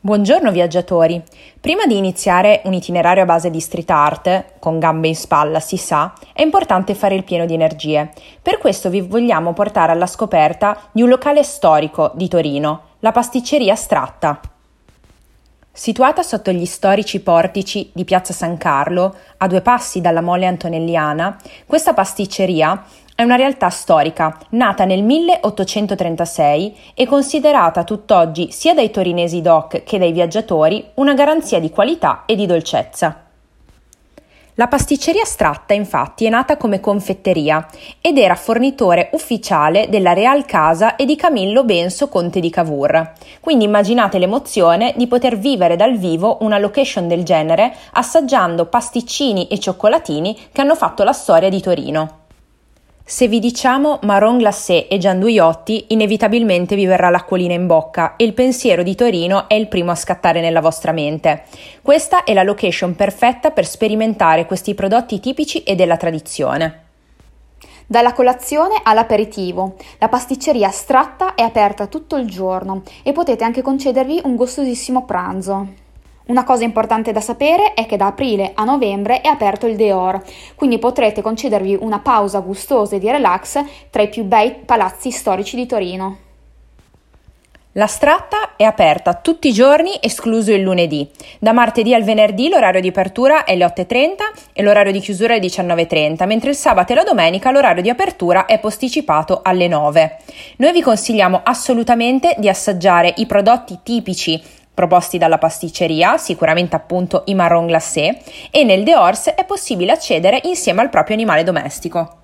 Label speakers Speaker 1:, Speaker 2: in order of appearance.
Speaker 1: Buongiorno viaggiatori! Prima di iniziare un itinerario a base di street art, con gambe in spalla si sa, è importante fare il pieno di energie. Per questo vi vogliamo portare alla scoperta di un locale storico di Torino, la pasticceria Stratta. Situata sotto gli storici portici di Piazza San Carlo, a 2 passi dalla Mole Antonelliana, questa pasticceria è una realtà storica, nata nel 1836 e considerata tutt'oggi sia dai torinesi doc che dai viaggiatori una garanzia di qualità e di dolcezza. La pasticceria Stratta, infatti, è nata come confetteria ed era fornitore ufficiale della Real Casa e di Camillo Benso, conte di Cavour. Quindi immaginate l'emozione di poter vivere dal vivo una location del genere assaggiando pasticcini e cioccolatini che hanno fatto la storia di Torino. Se vi diciamo marron glacé e gianduiotti, inevitabilmente vi verrà l'acquolina in bocca e il pensiero di Torino è il primo a scattare nella vostra mente. Questa è la location perfetta per sperimentare questi prodotti tipici e della tradizione.
Speaker 2: Dalla colazione all'aperitivo, la pasticceria Stratta è aperta tutto il giorno e potete anche concedervi un gustosissimo pranzo. Una cosa importante da sapere è che da aprile a novembre è aperto il Dehors, quindi potrete concedervi una pausa gustosa e di relax tra i più bei palazzi storici di Torino.
Speaker 1: La Stratta è aperta tutti i giorni, escluso il lunedì. Da martedì al venerdì l'orario di apertura è le 8:30 e l'orario di chiusura è le 19:30, mentre il sabato e la domenica l'orario di apertura è posticipato alle 9. Noi vi consigliamo assolutamente di assaggiare i prodotti tipici proposti dalla pasticceria, sicuramente appunto i marron glacé, e nel Dehors è possibile accedere insieme al proprio animale domestico.